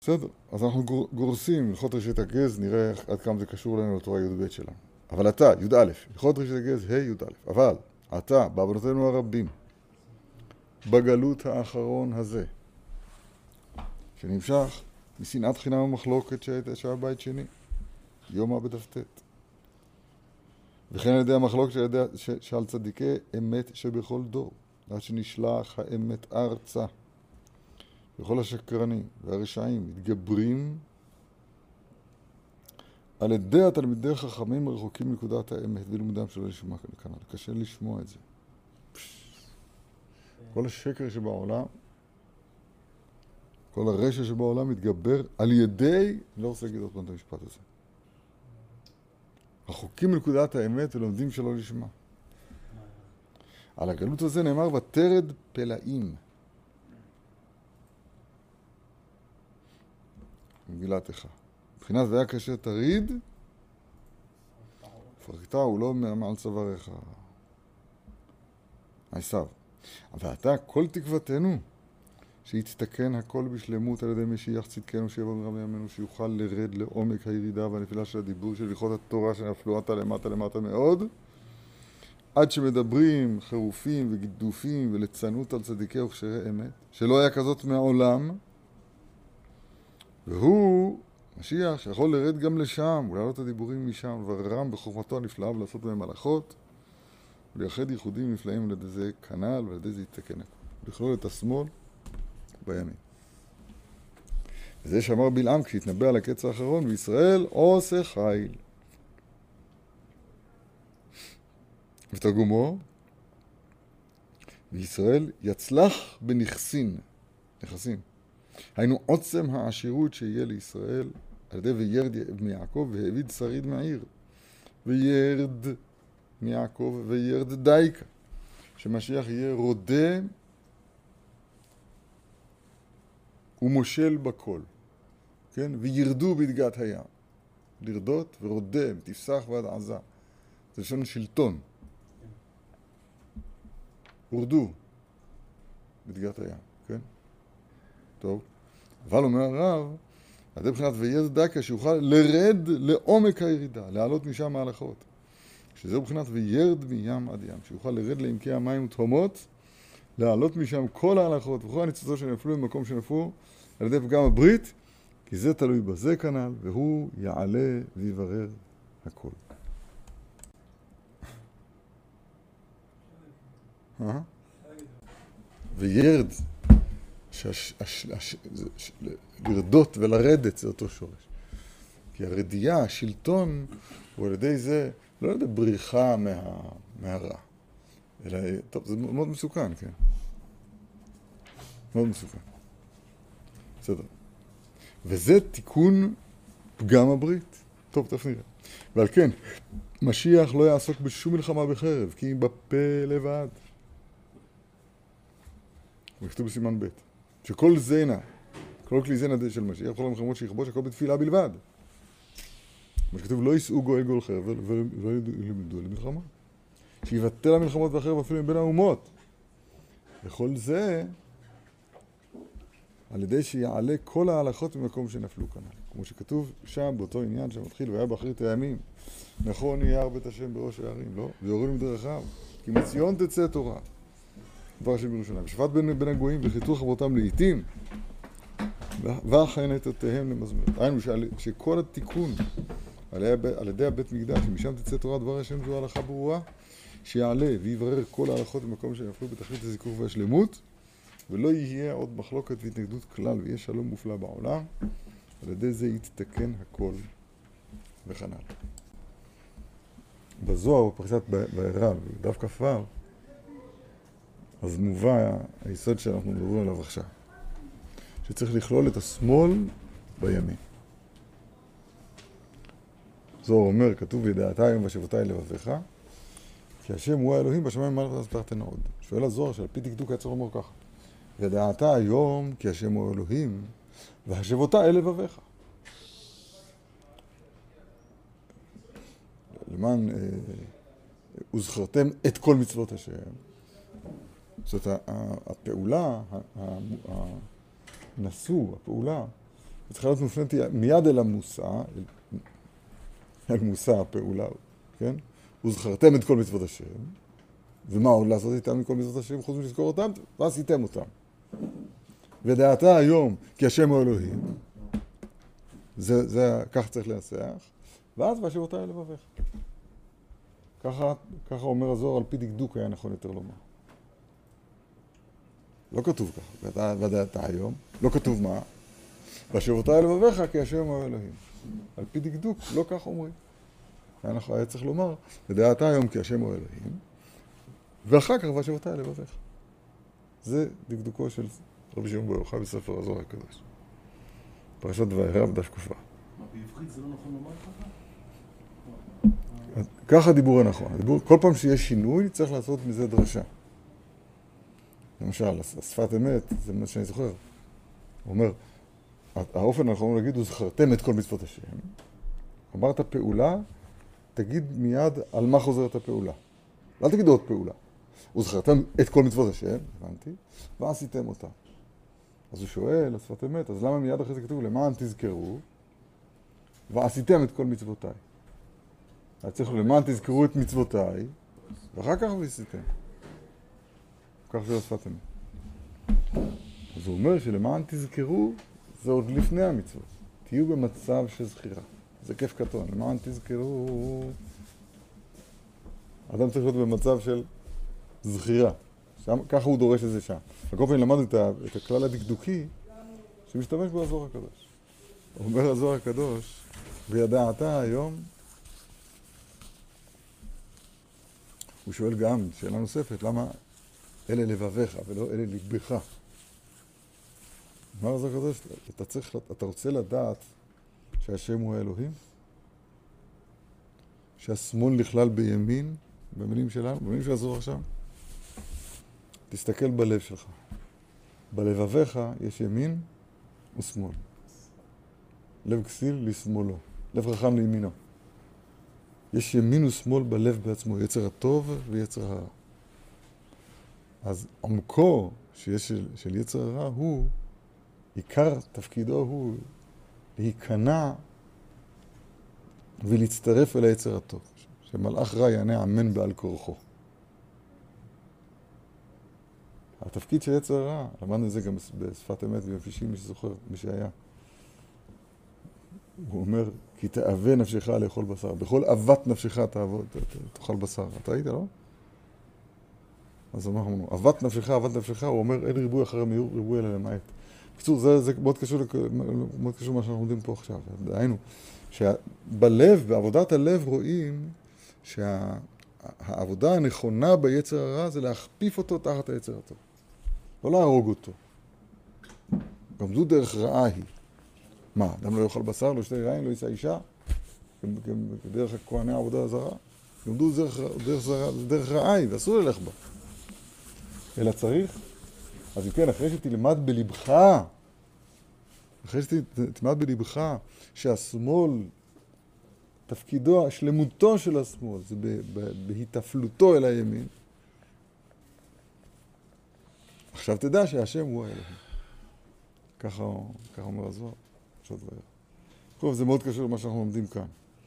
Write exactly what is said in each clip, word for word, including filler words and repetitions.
בסדר, אז אנחנו גורסים, הלכות ראשית הגז, נראה עד כמה זה קשור לנו לתורה י"ב שלנו. אבל אתה, י"א, הלכות ראשית הגז, ה' י"א. אבל אתה, בעוונותינו הרבים, בגלות האחרון הזה, שנמשך משנאת חינם ומחלוקת שהיה בית שני, יומא בת"ט. וכן על ידי המחלוקת שעל, ידי, שעל צדיקי אמת שבכל דור, עד שנשלח האמת ארצה. וכל השקרנים והרשעים מתגברים על ידי התלמידי חכמים רחוקים מנקודת האמת ולמודם שלא לשמוע כאן. קשה לשמוע את זה. כל השקר שבעולם, כל הרשע שבעולם מתגבר על ידי, אני לא רוצה להגיד עוד פעם את המשפט הזה, רחוקים מנקודת האמת ולומדים שלא לשמוע. על הגלות הזה נאמר ותרד פלאים. מגילת איכה. מבחינת והיה כאשר תריד, פרקתה הוא לא מעל צוואריך. עשיו. ואתה כל תקוותנו שיתתקן הכל בשלמות על ידי משיח צדקנו שיבוא מרם ימינו, שיוכל לרד לעומק הירידה והנפילה של הדיבור של הלכות התורה שנפלו עתה למטה למטה מאוד, עד שמדברים חירופים וגידופים וליצנות על צדיקי וכשרי אמת, שלא היה כזאת מהעולם, והוא משיח שיכול לרד גם לשם ולהעלות את הדיבורים משם ולבררם בחוכמתו הנפלאה ולעשות מהם מלאכות ולייחד ייחודים נפלאים על ידי זה כנ"ל ועל ידי זה יתקן הכל, לכלול את השמאל בימין. וזה שאמר בלעם כשהתנבא על הקץ האחרון, וישראל עושה חיל. ותרגומו, וישראל יצלח בנכסין, נכסים. היינו עוצם העשירות שיהיה לישראל על ידי וירד מיעקב והעביד שריד מהעיר. וירד מיעקב וירד דייקה. שמשיח יהיה רודה ומושל בכל. כן? וירדו בדגת הים. לרדות ורודה, תפסח ועד עזה. זה לשון שלטון. הורדו בדגת הים. כן? טוב. אבל אומר הרב, עד מבחינת וירד דייקה שיוכל לרד לעומק הירידה, לעלות משם מהלכות. שזהו מבחינת וירד מים עד ים, שיוכל לרד לעמקי המים ותהומות, לעלות משם כל ההלכות וכל הניצוצות שנפלו במקום שנפלו על ידי פגם הברית, כי זה תלוי בזה כנ"ל, והוא יעלה ויברר הכל. וירד, לרדות ולרדת זה אותו שורש. כי הרדיעה, השלטון, הוא על ידי זה, לא על ידי בריחה מה, מהרע. אלא, טוב, זה מאוד מסוכן, כן? מאוד מסוכן. בסדר. וזה תיקון פגם הברית. טוב, תכף נראה. ועל כן, משיח לא יעסוק בשום מלחמה בחרב, כי אם בפה לבד. הוא כתוב בסימן ב' שכל זנה, כל כלי זנה של משיח, כל המלחמות שיכבוש, הכל בתפילה בלבד. מה שכתוב, לא יישאו גואל גואל חרב, ולא ילמדו על מלחמה. שיבטל המלחמות והחרב אפילו מבין האומות. וכל זה, על ידי שיעלה כל ההלכות במקום שנפלו כאן. כמו שכתוב שם, באותו עניין שמתחיל, והיה באחרית הימים, נכון יהיה הרבה השם בראש הערים, לא? ויורים מדרכיו, כי מציון תצא תורה. דבר השם בירושלים. ושפט בין, בין הגויים וחיתוך חברותם לעיתים, והחייתותיהם למזמר. היינו שכל התיקון על ידי, על ידי הבית מקדש, שמשם תצא תורה דבר השם זו הלכה ברורה, שיעלה ויברר כל ההלכות במקום שנפלו בתכלית הזיכוך והשלמות, ולא יהיה עוד מחלוקת והתנגדות כלל, ויהיה שלום מופלא בעולם, על ידי זה יתתקן הכל וכנ"ל. בזוהר, בפרשת בערב, דף כ"ו, אז מובא היסוד שאנחנו מדברים עליו עכשיו, שצריך לכלול את השמאל בימין. זוהר אומר, כתוב וידעתה היום ושבותי לבביך, כי השם הוא האלוהים בשמיים מעל וארץ תחתינו עוד. שואל הזוהר שעל פי דקדוק היה צריך לומר ככה, וידעתה היום כי השם הוא האלוהים והשבותי אל לבביך. למען אה, וזכרתם את כל מצוות השם. זאת הפעולה, הנשוא, הפעולה, צריכה להיות מופנית מיד אל המושא, אל, אל מושא הפעולה, כן? וזכרתם את כל מצוות השם, ומה עוד לעשות איתם מכל מצוות השם, חוץ מלזכור אותם, ועשיתם אותם. ודעתה היום, כי השם הוא אלוהים, זה, זה, כך צריך להנסח, ואז והשבותי אל לבביך. ככה, ככה אומר הזוהר, על פי דקדוק היה נכון יותר לומר. לא כתוב ככה, ודעתה היום, לא כתוב מה, והשבותי אל לבביך, כי השם הוא אלוהים. על פי דקדוק, לא כך אומרים. היה, היה צריך לומר, ודעתה היום, כי השם הוא אלוהים, ואחר כך והשבותי אל לבביך. זה דקדוקו של רבי שמעון בר יוחאי בספר הזוהר הקדוש. פרשת וירא דף ק"ו. מה, בעברית זה לא נכון לומר ככה? ככה הדיבור הנכון. הדיבור, כל פעם שיש שינוי, צריך לעשות מזה דרשה. למשל, השפת אמת, זה מה שאני זוכר. הוא אומר, האופן הנכון להגיד, הוא זכרתם את כל מצוות השם. אמרת פעולה, תגיד מיד על מה חוזרת הפעולה. אל תגיד עוד פעולה. וזכרתם את כל מצוות השם, הבנתי, ועשיתם אותה. אז הוא שואל, השפת אמת, אז למה מיד אחרי זה כתוב, למען תזכרו, ועשיתם את כל מצוותיי. אז צריך למען תזכרו את מצוותיי, ואחר כך ועשיתם. כך זה השפת אמת. אז הוא אומר שלמען תזכרו, זה עוד לפני המצוות. תהיו במצב של זכירה. זה כיף קטון. למען תזכרו, אדם צריך להיות במצב של זכירה. שם, ככה הוא דורש את זה שם. בכל פעם למדנו את, את הכלל הדקדוקי שמשתמש בו הזוהר הקדוש. הוא אומר הזוהר הקדוש, וידעת היום, הוא שואל גם, שאלה נוספת, למה אלה לבביך ולא אלה לבך? אומר הזוהר הקדוש, אתה, צריך, אתה רוצה לדעת שהשם הוא האלוהים? שהשמאל נכלל בימין, במילים שלנו, במילים של הזוהר שם? תסתכל בלב שלך. בלבביך יש ימין ושמאל. לב כסיל לשמאלו, לב חכם לימינו. יש ימין ושמאל בלב בעצמו, יצר הטוב ויצר הרע. אז עמקו שיש של, של יצר הרע הוא, עיקר תפקידו הוא להיכנע ולהצטרף אל היצר הטוב. שמלאך רע יענה אמן בעל כורחו. התפקיד של יצר הרע, למדנו את זה גם בשפת אמת ביום שישי, מי שזוכר, מי שהיה. הוא אומר, כי תאווה נפשך לאכול בשר. בכל אהבת נפשך תעבוד, תאכל בשר. אתה היית, לא? אז אמרנו, אהבת נפשך, אהבת נפשך, הוא אומר, אין ריבוי אחרי מיור, ריבוי אלא למעט. בקיצור, זה, זה מאוד קשור, מאוד קשור מה שאנחנו לומדים פה עכשיו. דהיינו, שבלב, בעבודת הלב רואים שהעבודה הנכונה ביצר הרע זה להכפיף אותו תחת היצר הטוב. לא להרוג אותו. גם זו דרך רעה היא. מה, אדם לא יאכל בשר, לא ישתה יין, לא יישא אישה? דרך הכהני העבודה הזרה? גם זו דרך, דרך, דרך רעה היא, ואסור ללך בה. אלא צריך, אז אם כן, אחרי שתלמד בלבך, אחרי שתלמד בלבך, שהשמאל, תפקידו, שלמותו של השמאל, זה בהתאפלותו אל הימין. עכשיו תדע שהשם הוא האלוהים. ככה, ככה אומר הזוהר. טוב, זה מאוד קשור למה שאנחנו לומדים כאן.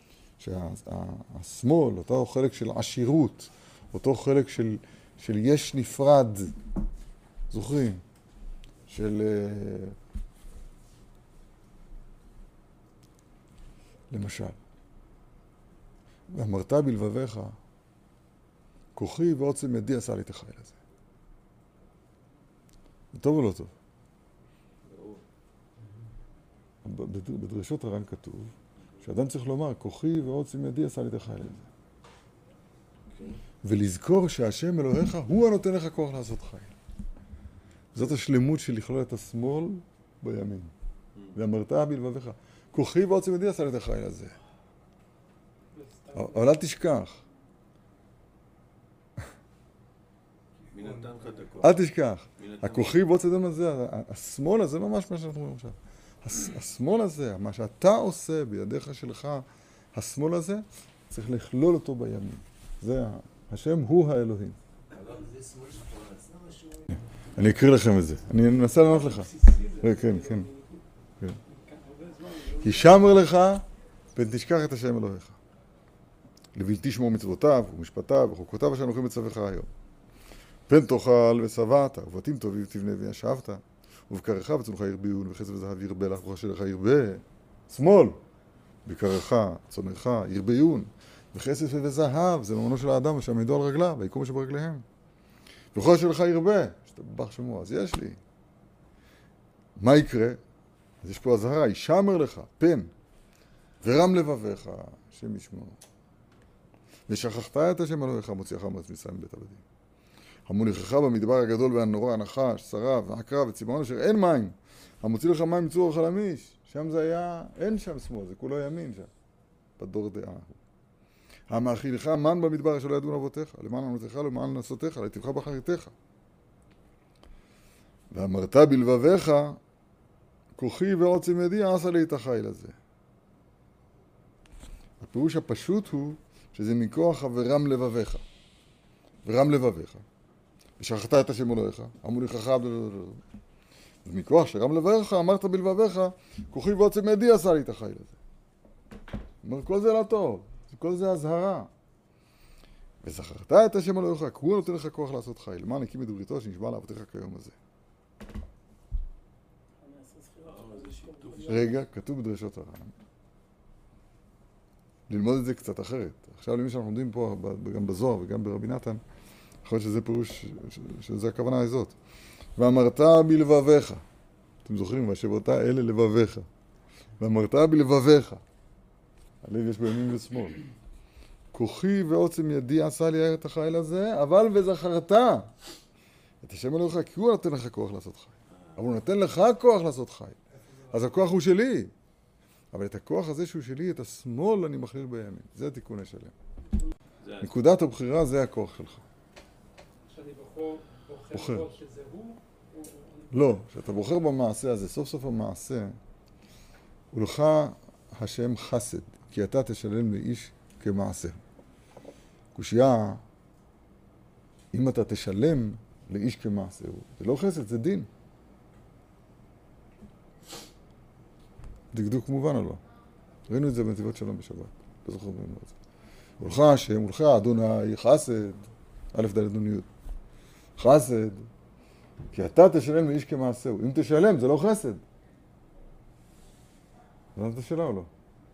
שהשמאל, אותו חלק של עשירות, אותו חלק של, של יש נפרד, זוכרים? של... למשל, ואמרת בלבביך, כוחי ועוצם ידי עשה לי את החיל הזה. זה טוב או לא טוב? בדרשות הר"ן כתוב שאדם צריך לומר, כוחי ועוצם ידי עשה לי את החיל הזה. ולזכור שהשם אלוהיך הוא הנותן לך כוח לעשות חיל. זאת השלמות של לכלול את השמאל בימין. ואמרת בלבביך, כוחי ועוצם ידי עשה לי את החיל הזה. אבל אל תשכח. אל תשכח. הכוחי ועוצם ידי הזה, השמאל הזה ממש מה שאנחנו אומרים עכשיו. השמאל הזה, מה שאתה עושה בידיך שלך, השמאל הזה, צריך לכלול אותו בימין. זה, השם הוא האלוהים. אני אקריא לכם את זה. אני אנסה לענות לך. כן, כן. הישמר לך, פן תשכח את השם אלוהיך. לבלתי שמור מצוותיו ומשפטיו וחוקותיו אשר אנוכי מצווך היום. פן תאכל ושבעת, ובתים טובים תבנה וישבת, ובקרך וצונך ירביון, וכסף וזהב ירבה לך, וברכה שלך ירבה. שמאל, בקרך, צונך ירביון, וכסף וזהב, זה ממונו של האדם, ושעמידו על רגליו, ויקום שברגליהם. וברכה שלך ירבה, שתבח שמו, אז יש לי. מה יקרה? אז יש פה הזהרה, הישמר לך, פן, ורם לבביך, השם ישמור. ושכחת את השם אלוהיך, מוציאך מארץ מצרים מבית עבדים. המוליכך במדבר הגדול והנורא, הנחש, שרף, ועקרב, וציפורן אשר אין מים. המוציא לך מים מצור החלמיש. שם זה היה, אין שם שמאל, זה כולו ימין שם. בדור דעה. המאכילך מן במדבר שלא ידעון אבותיך, למען ענותיך, למען נסותיך, להיטיבך בחריתך. ואמרת בלבביך, כוחי ועוצם ידי עשה לי את החיל הזה. הפירוש הפשוט הוא שזה מכוח ורם לבביך. ורם לבביך. ושכחת את השם אלוהיך, המוליכך ומכוח שרם לבביך, אמרת בלבביך, כוחי ועוצם ידי עשה לי את החיל הזה. אומר, כל זה לא טוב, כל זה הזהרה. וזכרת את השם אלוהיך, כי הוא נותן לך כוח לעשות חיל. למען הקים את בריתו שנשבע לאבותיך כיום הזה. רגע, כתוב בדרשות הר"ן. ללמוד את זה קצת אחרת. עכשיו למי שאנחנו עומדים פה, גם בזוהר וגם ברבי נתן, יכול להיות שזה פירוש, שזה הכוונה הזאת. ואמרת בלבביך. אתם זוכרים, והשבותה אלה לבביך. ואמרת בלבביך. הלב יש בימין ושמאל. כוחי ועוצם ידי עשה לי את החיל הזה, אבל וזכרת את השם אלוהיך, כי הוא נותן לך כוח לעשות חיל. אבל הוא נותן לך כוח לעשות חיל. אז הכוח הוא שלי. אבל את הכוח הזה שהוא שלי, את השמאל אני מכליל בימין. זה תיקון השלם. נקודת הבחירה זה הכוח שלך. שאני בוחר בו שזה הוא? לא, כשאתה בוחר במעשה הזה, סוף סוף המעשה, הוא לך השם חסד, כי אתה תשלם לאיש כמעשה. קושיה, אם אתה תשלם לאיש כמעשה, זה לא חסד, זה דין. דקדוק מובן או לא? ראינו את זה בנתיבות שלום בשבת. לא זוכר ראינו את זה. הולך השם, הולך אדוני חסד, א' ד' נ' י'. חסד, כי אתה תשלם לאיש כמעשהו. אם תשלם, זה לא חסד. זה את השאלה או לא?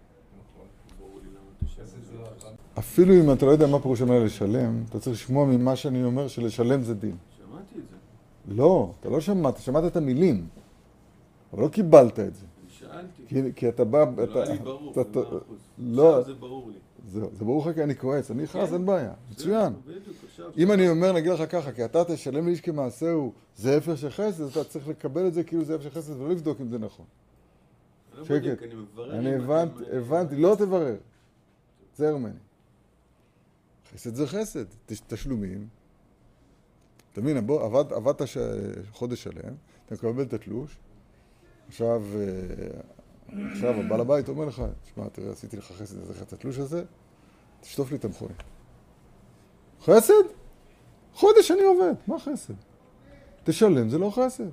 אפילו אם אתה לא יודע מה פירוש המילה לשלם, אתה צריך לשמוע ממה שאני אומר שלשלם זה דין. שמעתי את זה. לא, אתה לא שמעת, שמעת את המילים, אבל לא קיבלת את זה. שאלתי. כי, כי אתה בא... זה אתה, לא היה לי ברור, אתה, במאה אחוז. לא, עכשיו זה ברור לי. זה, זה ברור לך כי אני כועס, אני חס, אין בעיה, מצוין. בדיוק, עכשיו... אם אני אומר, נגיד לך ככה, כי אתה תשלם לאיש כמעשהו, זה הפך של חסד, אתה צריך לקבל את זה כאילו זה הפך של חסד ולא לבדוק אם זה נכון. שקט, אני הבנתי, הבנתי, לא תברר. זה ממני. חסד זה חסד, תשלומים. אתה מבין, עבדת חודש שלם, אתה מקבל את התלוש, עכשיו, עכשיו הבעל הבית אומר לך, שמע, תראה, עשיתי לך חסד, אז לך את התלוש הזה, תשטוף לי את המכונית. חסד? חודש אני עובד, מה חסד? תשלם, זה לא חסד.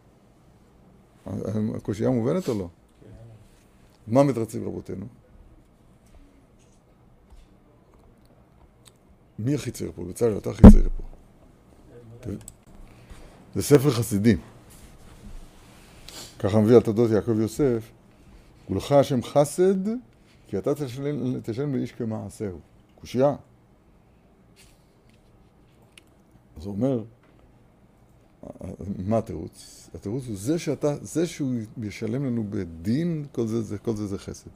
הקושייה מובנת או לא? מה מתרצים רבותינו? מי הכי צייר פה? בצלאל, אתה הכי צייר פה. זה ספר חסידים. ככה מביא על תולדות יעקב יוסף. ולך השם חסד, כי אתה תשלם, תשלם לאיש כמעשהו. קושייה. אז הוא אומר, מה התירוץ? התירוץ הוא זה שאתה, זה שהוא ישלם לנו בדין, כל זה, זה, כל זה זה חסד.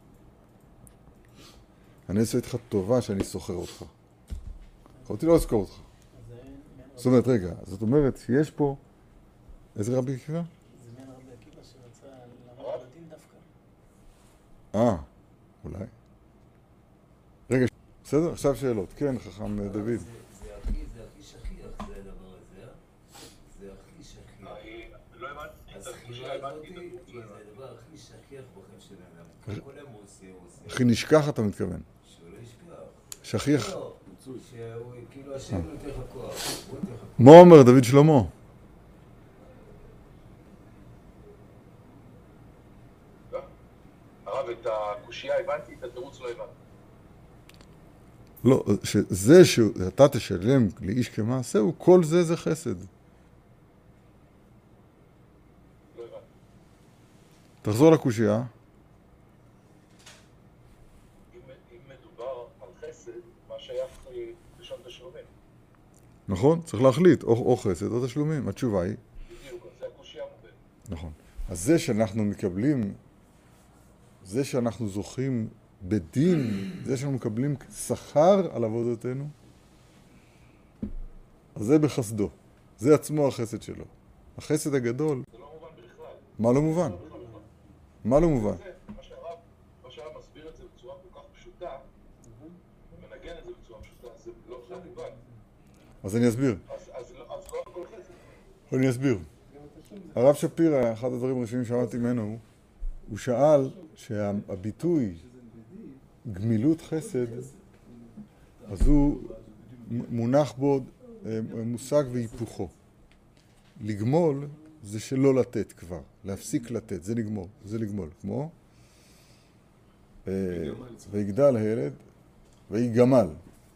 אני אעשה איתך טובה שאני סוחר אותך. יכולתי לא לזכור אותך. זאת אומרת, רגע, זאת אומרת שיש פה... איזה רבי עקיבא? זה מעין רבי עקיבא שרצה לעמוד בדין דווקא. אה, אולי. רגע, בסדר? עכשיו שאלות. כן, חכם דוד. זה הכי שכיח, זה הדבר הזה. זה הכי שכיח. הזכירה הזאת היא הדבר הכי שכיח בחיים של האדם. כל היום הוא עושה, הוא עושה. הכי נשכח אתה מתכוון. שהוא לא ישכח. שכיח. לא, שהוא כאילו השם נותן לך כוח. מה אומר דוד שלמה? עכשיו את הקושייה הבנתי, את התירוץ לא הבנתי. לא, שזה שאתה תשלם לאיש כמעשהו, כל זה זה חסד. לא הבנתי. תחזור לקושייה. אם, אם מדובר על חסד, מה שייך לשון תשלומים? נכון? צריך להחליט, או, או חסד או תשלומים. התשובה היא... בדיוק, זה הקושייה מובנת. נכון. אז זה שאנחנו מקבלים, זה שאנחנו זוכים בדין, זה שאנחנו מקבלים שכר על עבודתנו, אז זה בחסדו. זה עצמו החסד שלו. החסד הגדול. זה לא מובן בכלל. מה לא מובן? מה לא מובן? זה, מה שהרב, מה שהרב מסביר את זה בצורה כל כך פשוטה, ומנגן את זה בצורה פשוטה, זה לא זה מובן. אז אני אסביר. אז, אז, לא- אז לא הכל חסד. אני אסביר. הרב שפירא, אחד הדברים הראשונים שאמרתי ממנו, הוא שאל שהביטוי גמילות חסד, אז הוא מונח בו מושג והיפוכו. לגמול זה שלא לתת כבר, להפסיק לתת, זה לגמול, זה לגמול, כמו ויגדל הילד ויגמל.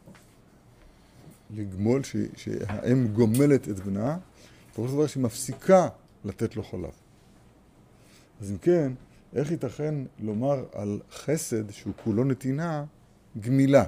לגמול ש, שהאם גומלת את בנה, זה דבר שהיא מפסיקה לתת לו חלב. אז אם כן, איך ייתכן לומר על חסד שהוא כולו נתינה גמילה?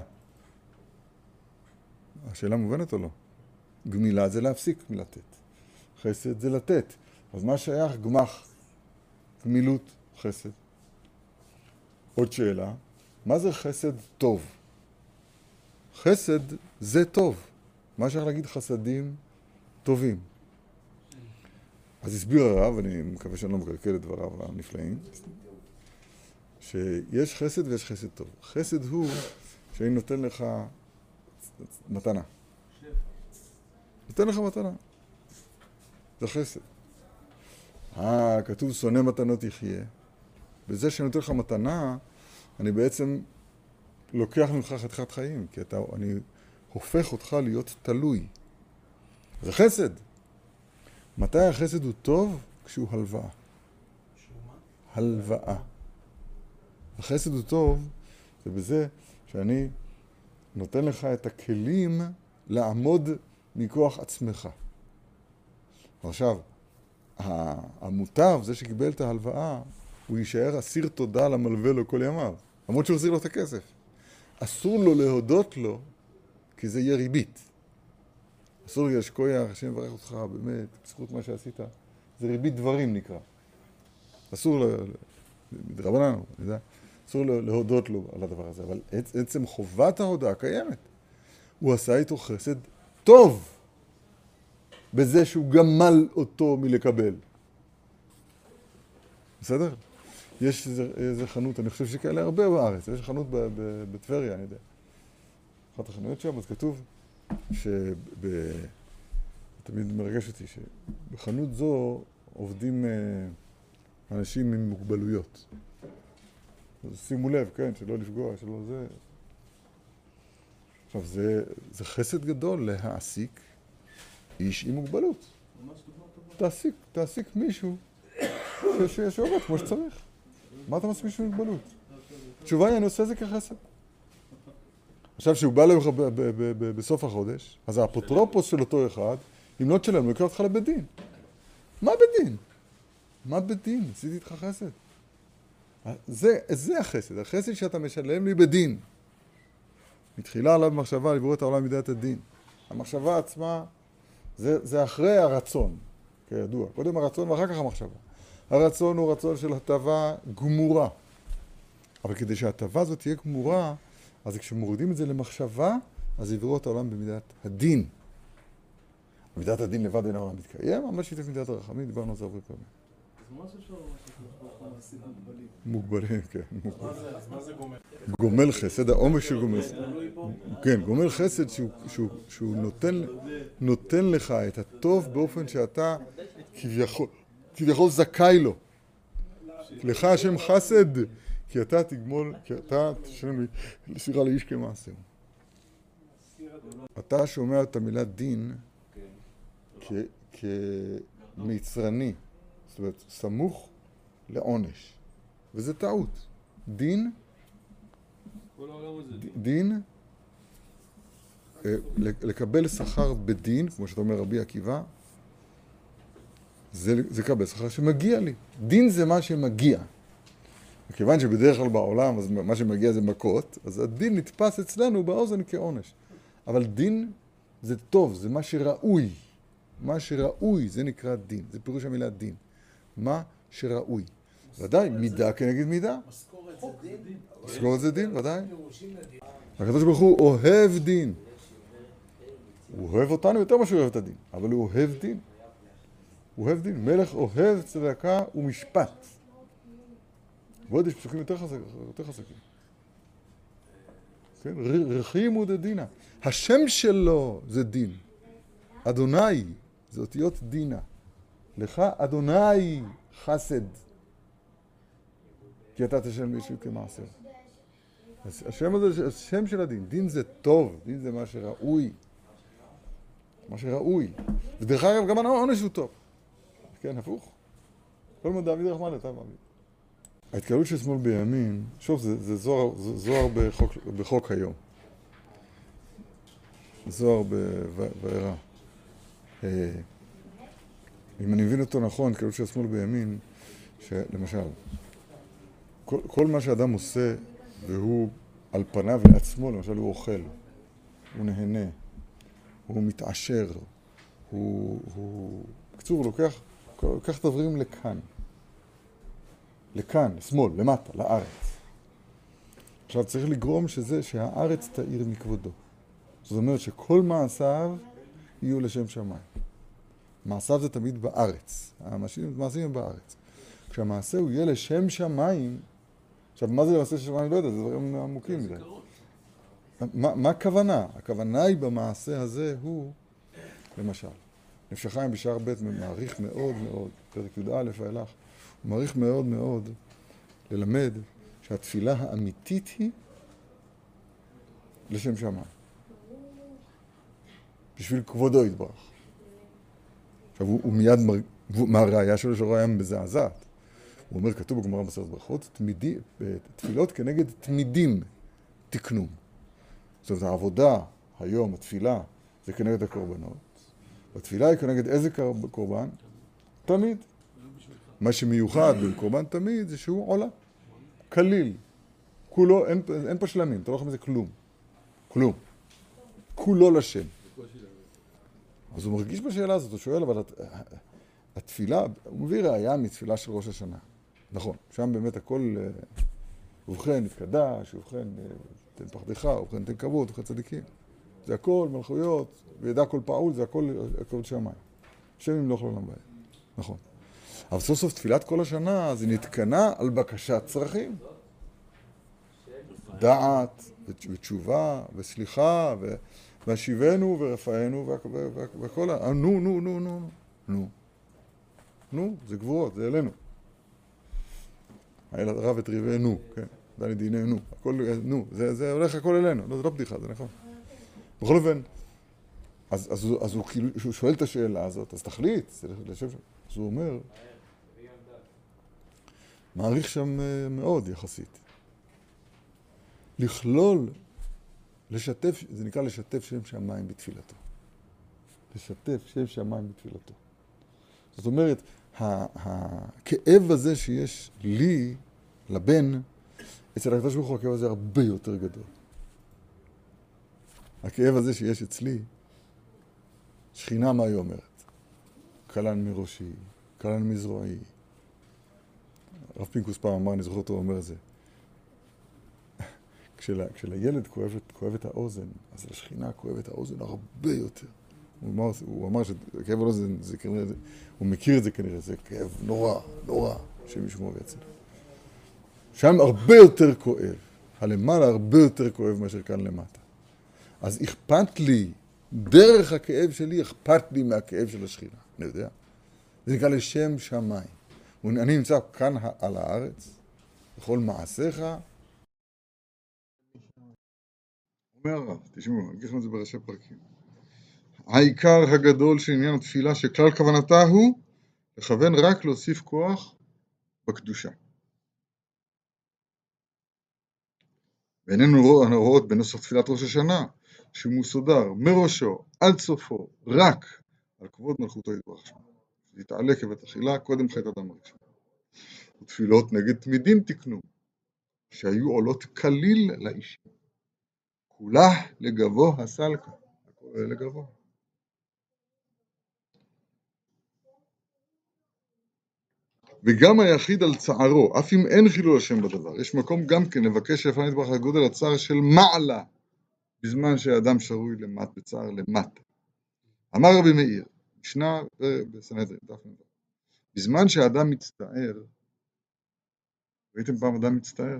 השאלה מובנת או לא? גמילה זה להפסיק מלתת. חסד זה לתת. אז מה שייך גמח, גמילות, חסד? עוד שאלה, מה זה חסד טוב? חסד זה טוב. מה שייך להגיד חסדים טובים? אז הסביר הרב, אני מקווה שאני לא מקלקל את דבריו הנפלאים, שיש חסד ויש חסד טוב. חסד הוא שאני נותן לך מתנה. נותן לך מתנה. זה חסד. אה, כתוב שונא מתנות יחיה. בזה שאני נותן לך מתנה, אני בעצם לוקח ממך חתיכת חיים, כי אתה, אני הופך אותך להיות תלוי. זה חסד. מתי החסד הוא טוב? כשהוא הלוואה. הלוואה. החסד הוא טוב, זה בזה שאני נותן לך את הכלים לעמוד מכוח עצמך. עכשיו, המוטב, זה שקיבל את ההלוואה, הוא יישאר אסיר תודה למלווה לו כל ימיו. למרות שהוא החזיר לו את הכסף. אסור לו להודות לו, כי זה יהיה ריבית. אסור לי לשכוח, השם יברך אותך, באמת, בזכות מה שעשית. זה ריבית דברים נקרא. אסור, מדרבנן, אני יודע, אסור להודות לו על הדבר הזה, אבל עצם חובת ההודעה קיימת. הוא עשה איתו חסד טוב, בזה שהוא גמל אותו מלקבל. בסדר? יש איזה, איזה חנות, אני חושב שכאלה הרבה בארץ, יש חנות בטבריה, אני יודע. אחת החנויות שם, אז כתוב שב... תמיד מרגש אותי שבחנות זו עובדים אנשים עם מוגבלויות. אז שימו לב, כן, שלא לפגוע, שלא זה. עכשיו, זה, זה חסד גדול להעסיק איש עם מוגבלות. תעסיק, תעסיק מישהו שעובד כמו שצריך. מה אתה מעסיק מישהו עם מוגבלות? התשובה היא, אני עושה זה כחסד. עכשיו, שהוא בא לך בסוף החודש, אז האפוטרופוס של אותו אחד, אם לא תשלם, הוא יקרא אותך לבית דין. מה בית דין? מה בית דין? עשיתי איתך חסד. זה, זה החסד. החסד שאתה משלם לי בדין. מתחילה עליו מחשבה לברוא את העולם מידת הדין. המחשבה עצמה, זה, זה אחרי הרצון, כידוע. קודם הרצון ואחר כך המחשבה. הרצון הוא רצון של הטבה גמורה. אבל כדי שההטבה הזאת תהיה גמורה, אז כשמורידים את זה למחשבה, אז יבראו את העולם במידת הדין. מידת הדין לבד אין העולם מתקיים, אבל שיתף מידת הרחמים, דיברנו על זה הרבה פעמים. אז מה זה שואל מעשים מוגבלים? מוגבלים, כן. אז מה זה גומל? גומל חסד, העומק של גומל. כן, גומל חסד שהוא נותן לך את הטוב באופן שאתה כביכול זכאי לו. לך השם חסד, כי אתה תגמול, כי אתה תשלם לי סירה לאיש כמעשהו. אתה שומע את המילה דין כמיצרני, זאת אומרת, סמוך לעונש. וזה טעות. דין, כל העולם הזה. דין, אה, לקבל שכר בדין, כמו שאתה אומר רבי עקיבא, זה, זה לקבל שכר שמגיע לי. דין זה מה שמגיע. וכיוון שבדרך כלל בעולם, אז מה שמגיע זה מכות, אז הדין נתפס אצלנו באוזן כעונש. אבל דין זה טוב, זה מה שראוי. מה שראוי, זה נקרא דין. זה פירוש המילה דין. מה שראוי. ודאי, מידה כנגד מידה. משכורת זה דין? משכורת זה דין, ודאי. פירושים לדין. הקדוש ברוך הוא אוהב דין. הוא אוהב אותנו יותר ממה שהוא אוהב את הדין, אבל הוא אוהב דין. הוא אוהב דין. מלך אוהב צדקה ומשפט. ועוד יש פסוקים יותר חזקים. יותר חזקים. כן? רחימו דדינה. השם שלו זה דין. אדוני זה אותיות דינה. לך אדוני חסד. כי אתה תשל מישהו כמעשר. השם הזה זה השם של הדין. דין זה טוב. דין זה מה שראוי. מה שראוי. ודרך אגב גם העונש הוא טוב. כן, הפוך. כל מודע דוד רחמן אתה מאמין. ההתקלות של שמאל בימין, שוב, זה, זה זוהר, זה זוהר בחוק, בחוק היום. זוהר בעירה. אם אני מבין אותו נכון, התקלות של שמאל בימין, שלמשל, כל, כל מה שאדם עושה, והוא על פניו לעצמו, למשל הוא אוכל, הוא נהנה, הוא מתעשר, הוא, הוא... בקצור, הוא לוקח, לוקח את הדברים לכאן. לכאן, לשמאל, למטה, לארץ. עכשיו צריך לגרום שזה, שהארץ תאיר מכבודו. זאת אומרת שכל מעשיו יהיו לשם שמיים. מעשיו זה תמיד בארץ. המעשים, מעשים הם בארץ. כשהמעשה הוא יהיה לשם שמיים, עכשיו מה זה למעשה של שמיים? אני לא יודע, זה דברים עמוקים מדי. מה, מה הכוונה? הכוונה היא במעשה הזה הוא, למשל, נפש החיים בשער ב' מעריך מאוד מאוד, פרק י"א ואילך, הוא מעריך מאוד מאוד ללמד שהתפילה האמיתית היא לשם שמיים. בשביל כבודו יתברך. עכשיו הוא, הוא מיד, מר... מהראיה שלו שהראיה מזעזעת. הוא אומר, כתוב בגמרא מסכת ברכות, תמידי, תפילות כנגד תמידים תקנו. זאת אומרת, העבודה היום, התפילה, זה כנגד הקורבנות. התפילה היא כנגד איזה קורבן? תמיד. מה שמיוחד בקורבן תמיד זה שהוא עולה. כליל. כולו, אין, אין פה שלמים, אתה לא יכול מזה כלום. כלום. כולו לשם. אז הוא מרגיש בשאלה הזאת, הוא שואל, אבל התפילה, הוא מביא ראיה מתפילה של ראש השנה. נכון, שם באמת הכל, ובכן נתקדש, ובכן תן פחדך, ובכן תן כבוד, ובכן צדיקים. זה הכל מלכויות, וידע כל פעול, זה הכל, הכל שמיים. השם ימלוך לעולם ועד. נכון. אבל סוף סוף תפילת כל השנה, אז היא נתקנה על בקשת צרכים. דעת, ותשובה, וסליחה, והשיבנו, ורפאנו, וכל ה... נו, נו, נו, נו, נו. נו, זה גבורות, זה אלינו. היה רב את ריבי נו, כן. דני דיני נו. הכל, נו, זה, זה הולך הכל אלינו. לא, זה לא בדיחה, זה נכון. בכל אופן, אז, אז, אז הוא כאילו, הוא שואל את השאלה הזאת, אז תחליט, זה לשם, אז הוא אומר, מעריך שם מאוד יחסית. לכלול, לשתף, זה נקרא לשתף שם שמיים בתפילתו. לשתף שם שמיים בתפילתו. זאת אומרת, הכאב הזה שיש לי, לבן, אצל הקדוש ברוך הוא הכאב הזה הרבה יותר גדול. הכאב הזה שיש אצלי, שכינה מה היא אומרת? קלן מראשי, קלן מזרועי. רב פינקוס פעם אמר, אני זוכר אותו אומר את זה. כשל, כשלילד כואבת, כואבת האוזן, אז לשכינה כואבת האוזן הרבה יותר. הוא אמר, הוא אמר שכאב האוזן, זה כנראה, הוא מכיר את זה כנראה, זה כאב נורא, נורא, שמשמוע ויצל. שם הרבה יותר כואב, הלמעלה הרבה יותר כואב מאשר כאן למטה. אז אכפת לי, דרך הכאב שלי, אכפת לי מהכאב של השכינה, אני יודע. זה נקרא לשם שמיים. אני נמצא כאן על הארץ, בכל מעשיך. אומר הרב, תשמעו, אני אגיד לכם את זה בראשי פרקים. העיקר הגדול של עניין התפילה, שכלל כוונתה הוא לכוון רק להוסיף כוח בקדושה. ואיננו רואות בנוסח תפילת ראש השנה, שהוא מסודר מראשו עד סופו, רק על כבוד מלכותו יתברך שמו. יתעלה כבית אכילה, קודם חטא אדם הראשון. ותפילות נגד תמידים תקנו, שהיו עולות כליל לאיש. כולה לגבו הסלקה, לגבו. וגם היחיד על צערו, אף אם אין חילול השם בדבר. יש מקום גם כן לבקש לפני יתברך הגודל הצער של מעלה, בזמן שהאדם שרוי למט, בצער למט. אמר רבי מאיר, משנה בסנהדרין, בזמן שהאדם מצטער, ראיתם פעם אדם מצטער?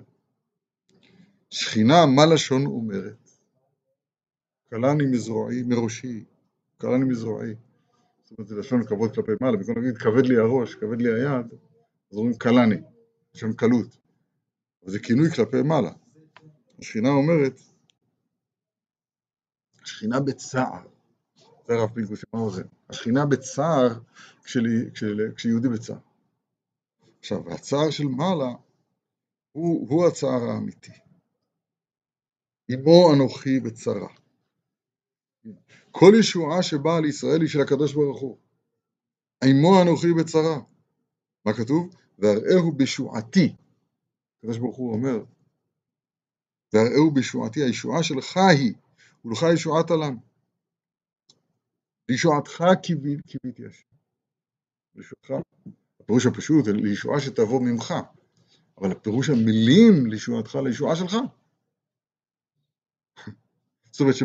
שכינה מה לשון אומרת, קלני מזרועי, מראשי, קלני מזרועי. זאת אומרת, זה לשון כבוד כלפי מעלה, במקום להגיד, כבד לי הראש, כבד לי היד, אז אומרים קלני, לשון קלות. אבל זה כינוי כלפי מעלה. השכינה אומרת, השכינה בצער, זה הרב פינקוס אמר זה, השכינה בצער כשיהודי בצער. עכשיו, הצער של מעלה הוא, הוא הצער האמיתי. עמו אנוכי בצרה. כל ישועה שבאה לישראל היא של הקדוש ברוך הוא. עמו אנוכי בצרה. מה כתוב? והראהו בשועתי. הקדוש ברוך הוא אומר, והראהו בשועתי, הישועה שלך היא, ולך ישועת עולם. לישועתך קיוויתי השם. לישועתך. הפירוש הפשוט, לישועה שתבוא ממך. אבל הפירוש המילים לישועתך, לישועה שלך. זאת אומרת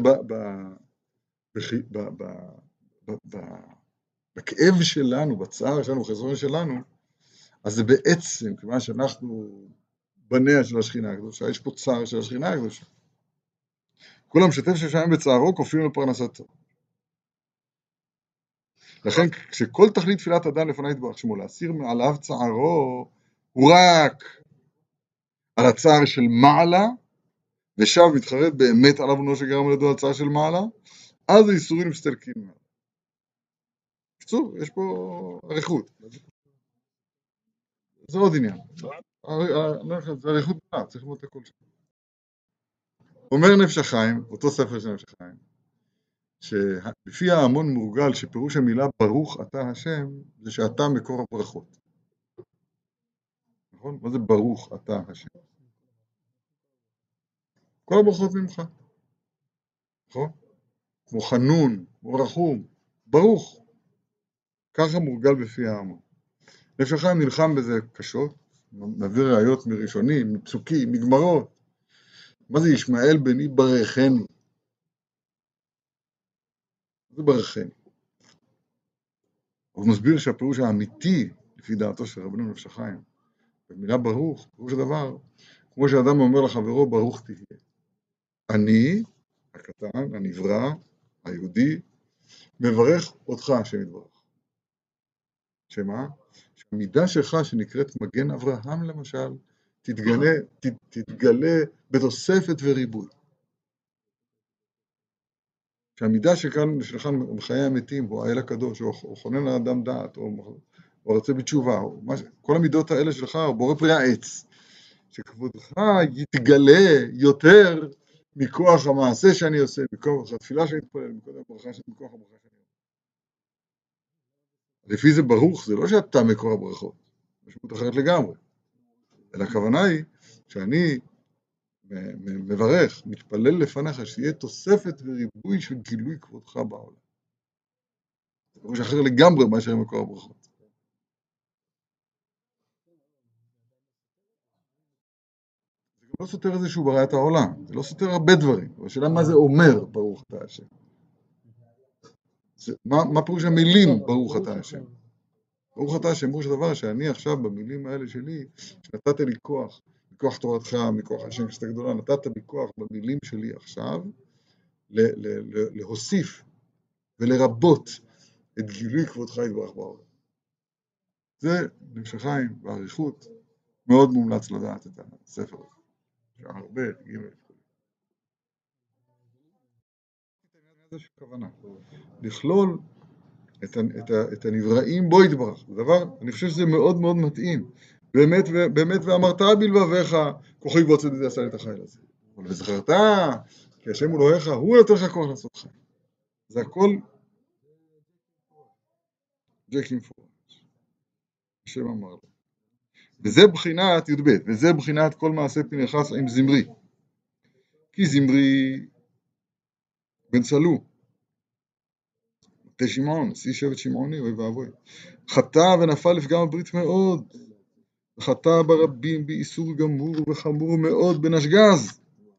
שבכאב שלנו, בצער שלנו, בחסרון שלנו, אז זה בעצם, כיוון שאנחנו בניה של השכינה הקדושה, יש פה צער של השכינה הקדושה. כל המשתף ששם בצערו, כופים לפרנסתו. לכן, כשכל תכלית תפילת אדם לפני יתברך שמו, להסיר מעליו צערו, הוא רק על הצער של מעלה, ושב מתחרט באמת עליו בנו שגרם לידו הצעה של מעלה, אז האיסורים מסתלקים מעלה. בקיצור, יש פה עריכות. זה עוד עניין. זה עריכות מעלה, צריך לראות את הכל שם. אומר נפש החיים, אותו ספר של נפש החיים, שלפי ההמון מורגל שפירוש המילה ברוך אתה השם, זה שאתה מקור הברכות. נכון? מה זה ברוך אתה השם? כל הברכות ממך. נכון? כמו חנון, כמו רחום, ברוך. ככה מורגל בפי ההמון. נפש החיים נלחם בזה קשות, מביא ראיות מראשונים, מפסוקים, מגמרות. מה זה ישמעאל בני ברכני? מה זה ברכני? הוא מסביר שהפירוש האמיתי, לפי דעתו של רבנו נפש החיים, במילה ברוך, פירוש הדבר, כמו שאדם אומר לחברו, ברוך תהיה. אני, הקטן, הנברא, היהודי, מברך אותך, השם יתברך. שמה? שהמידה שלך שנקראת מגן אברהם למשל, תתגלה, ת, תתגלה בתוספת וריבוי. שהמידה שכאן שלך בחיי המתים, או האל הקדוש, או חונן לאדם דעת, או, או רצה בתשובה, או מה, כל המידות האלה שלך, או בורא פרי העץ, שכבודך יתגלה יותר מכוח המעשה שאני עושה, מכוח התפילה שאני אתפלל, מכוח הברכה שאני עושה. לפי זה ברוך, זה לא שאתה מקור הברכות, משמעות אחרת לגמרי. אלא הכוונה היא שאני מברך, מתפלל לפניך, שיהיה תוספת וריבוי של גילוי כבודך בעולם. זה פירוש אחר לגמרי מאשר מקור הברכות. זה גם לא סותר איזשהו ברא את העולם, זה לא סותר הרבה דברים, אבל השאלה מה זה אומר ברוך אתה השם. זה, מה, מה פירוש המילים ברוך אתה השם? ברוך אתה השם, פירוש הדבר שאני עכשיו במילים האלה שלי, שנתת לי כוח, מכוח תורתך, מכוח השם שאתה גדולה, נתת לי כוח במילים שלי עכשיו, ל- ל- ל- להוסיף ולרבות את גילוי כבודך יתברך בעולם. זה נפש החיים בעריכות, מאוד מומלץ לדעת את הספר הזה. שעה הרבה, גימל. זה שכוונה, לכלול את, את, את הנבראים בו יתברך. זה דבר, אני חושב שזה מאוד מאוד מתאים. באמת, באמת, ואמרת בלבביך, כוחי ועוצם ידי עשה לי את החיל הזה. אבל וזכרת, כי השם הוא אלוהיך, הוא נותן לך כוח לעשות חיים. זה הכל ג'קים פורש. השם אמר לו. וזה בחינת י"ב, וזה בחינת כל מעשה פנחס עם זמרי. כי זמרי בן סלו, מטה שמעון, נשיא שבט שמעוני, אוי ואבוי. חטא ונפל לפגם הברית מאוד, וחטא ברבים באיסור גמור וחמור מאוד בנשגז.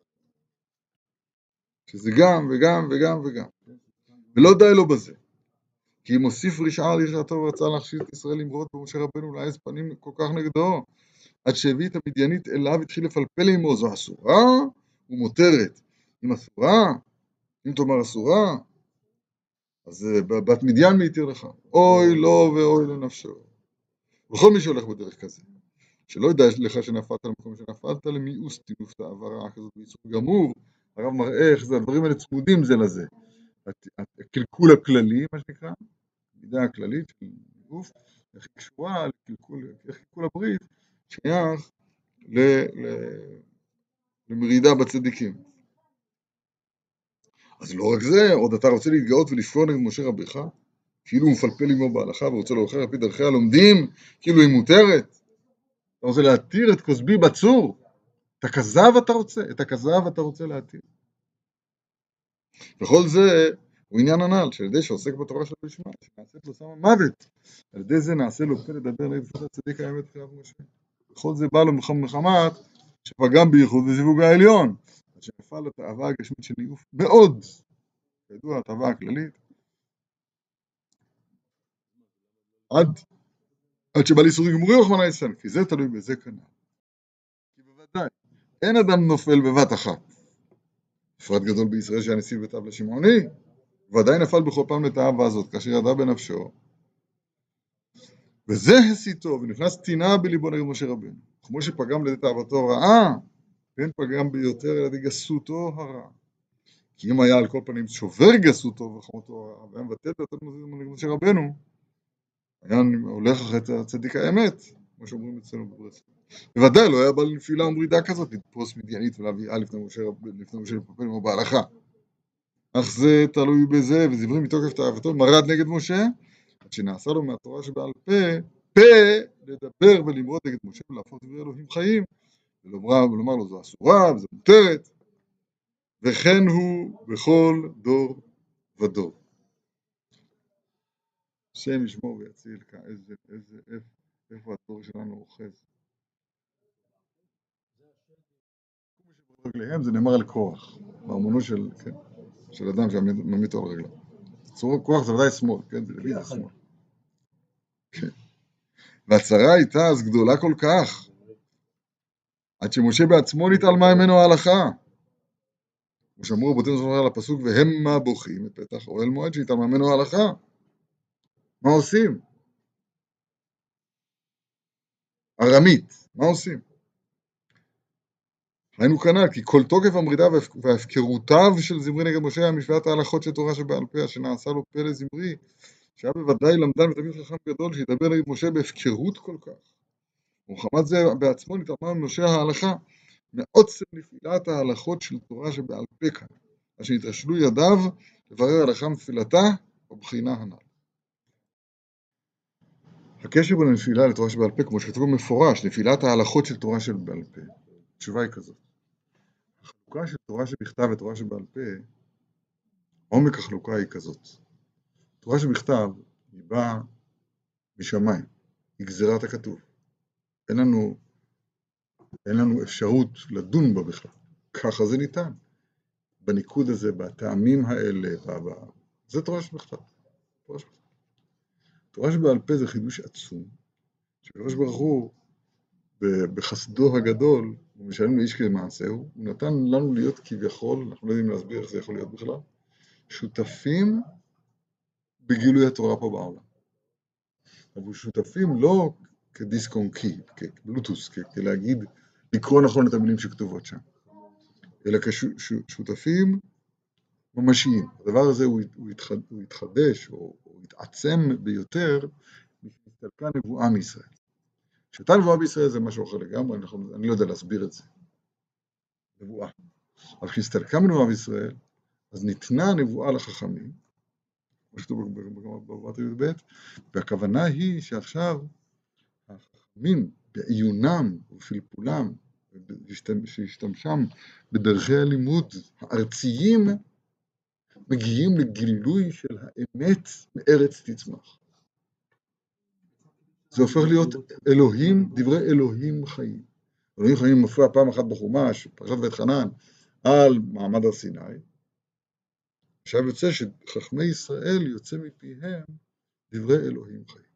שזה גם וגם וגם וגם. ולא די לו בזה. כי אם הוסיף רשעה על ירשעתו ורצה להכשיר את ישראל למרוד במשה רבנו להעז פנים כל כך נגדו, עד שהביא את המדיינית אליו התחיל לפלפל עמו, זו אסורה ומותרת. אם אסורה, אם תאמר אסורה, אז בת מדיין מי יתיר לך. אוי לו ואוי לנפשו. וכל מי שהולך בדרך כזה, שלא ידע לך שנפלת למקום שנפלת, למיאוס תינופת העברה כזאת באיסור גמור. הרב מראה איך זה, הדברים האלה צמודים זה לזה. הקלקול הכללי, מה שנקרא, מידה הכללית של גוף, איך היא קשורה לקלקול, איך קלקול הברית, שייך ל, ל, למרידה בצדיקים. אז לא רק זה, עוד אתה רוצה להתגאות ולפעול נגד משה רביך, כאילו הוא מפלפל עמו בהלכה ורוצה להוכיח על פי דרכי הלומדים, כאילו היא מותרת. אתה רוצה להתיר את כוסבי בצור, את הכזב אתה רוצה, את הכזב אתה רוצה להתיר. וכל זה הוא עניין הנ"ל, שעל ידי שעוסק בתורה של בשמה, שנעשית לו שמה מוות, על ידי זה נעשה לו פה לדבר נגד פתח צדיק האמת בחירת משה. וכל זה בא לו מחמת שפגם בייחוד וזיווג העליון, עד שנפל התאווה הגשמית של ניאוף מאוד, כידוע התאווה הכללית, עד, עד שבא לאיסורים גמורים רחמנא ליצלן, כי זה תלוי בזה כנ"ל. כי בוודאי, אין אדם נופל בבת אחת. בפרט גדול בישראל שהיה נשיא בית אב לשמעוני, ודאי נפל בכל פעם לתאווה הזאת, כאשר ידע בנפשו. וזה הסיתו, ונכנס טינה בליבו נגד משה רבנו. כמו שפגם לידי תאוותו רעה, כן פגם ביותר לידי גסותו הרע. כי אם היה על כל פנים שובר גסותו וחמותו הרע, והיה מבטל את התלמוד נגד משה רבנו, היה הולך אחרי צדיק האמת, כמו שאומרים אצלנו בברסלב. בוודאי לא היה בא לנפילה ומרידה כזאת, לתפוס מדיינית ולהביאה לפני משה לפפל עמו בהלכה. אך זה תלוי בזה, וזמרי מתוקף תאוותו מרד נגד משה, עד שנעשה לו מהתורה שבעל פה, פה לדבר ולמרוד נגד משה ולהפוך דברי אלוהים חיים, ולומר, ולומר לו זו אסורה וזו מותרת, וכן הוא בכל דור ודור. השם ישמור ויציל כאן, איזה, איזה, איפה, איפה התור שלנו אוחז. רגליהם זה נאמר על כוח, בארמונו של, כן, של אדם שממית על רגליו. כוח זה ודאי שמאל, כן, זה לביד השמאל. כן. והצרה הייתה אז גדולה כל כך, עד שמשה בעצמו נתעלמה ממנו ההלכה. כמו שאמרו רבותינו זכרונו על הפסוק, והם מה בוכים בפתח אוהל מועד שנתעלמה ממנו ההלכה. מה עושים? ארמית, מה עושים? היינו כנ"ל, כי כל תוקף המרידה וההפקרותיו של זמרי נגד משה היה משוואת ההלכות של תורה שבעל פה, שנעשה לו פה לזמרי, שהיה בוודאי למדן ותלמיד חכם גדול שידבר נגד משה בהפקרות כל כך. ומחמת זה בעצמו נתעלמה ממשה ההלכה, מעוצם נפילת ההלכות של תורה שבעל פה כאן, אשר נתרשלו ידיו לברר הלכה מפילתה ובחינה הנ"ל. הקשר בין הנפילה לתורה שבעל פה, כמו שכתוב מפורש, נפילת ההלכות של תורה שבעל פה, התשובה היא כזאת. החלוקה של תורה שבכתב ותורה שבעל פה, עומק החלוקה היא כזאת. תורה שבכתב היא באה משמיים, היא גזירת הכתוב. אין לנו, אין לנו אפשרות לדון בה בכלל. ככה זה ניתן. בניקוד הזה, בטעמים האלה, בא... זה תורה שבכתב. תורה שבכתב. תורה שבעל פה זה חידוש עצום, שקדוש ברוך הוא בחסדו הגדול, הוא משלם לאיש כמעשהו, הוא נתן לנו להיות כביכול, אנחנו לא יודעים להסביר איך זה יכול להיות בכלל, שותפים בגילוי התורה פה בעולם. אבל שותפים לא כדיסק און קי, כבלוטוס, כלהגיד, לקרוא נכון את המילים שכתובות שם, אלא כשותפים ממשיים. הדבר הזה הוא, הוא, התחד, הוא התחדש או, או התעצם ביותר כשהסתלקה נבואה מישראל. כשהייתה נבואה בישראל זה משהו אחר לגמרי, אנחנו, אני לא יודע להסביר את זה. נבואה. אבל כשהסתלקה מנבואה בישראל, אז ניתנה הנבואה לחכמים, כמו שכתוב בבבא י"ב, והכוונה היא שעכשיו החכמים בעיונם ובפלפולם, שהשתמשם בדרכי הלימוד הארציים, מגיעים לגילוי של האמת מארץ תצמח. זה הופך להיות אלוהים, דברי אלוהים חיים. אלוהים חיים מופיע פעם אחת בחומש, פרשת בית חנן, על מעמד הר סיני. עכשיו יוצא שחכמי ישראל יוצא מפיהם דברי אלוהים חיים.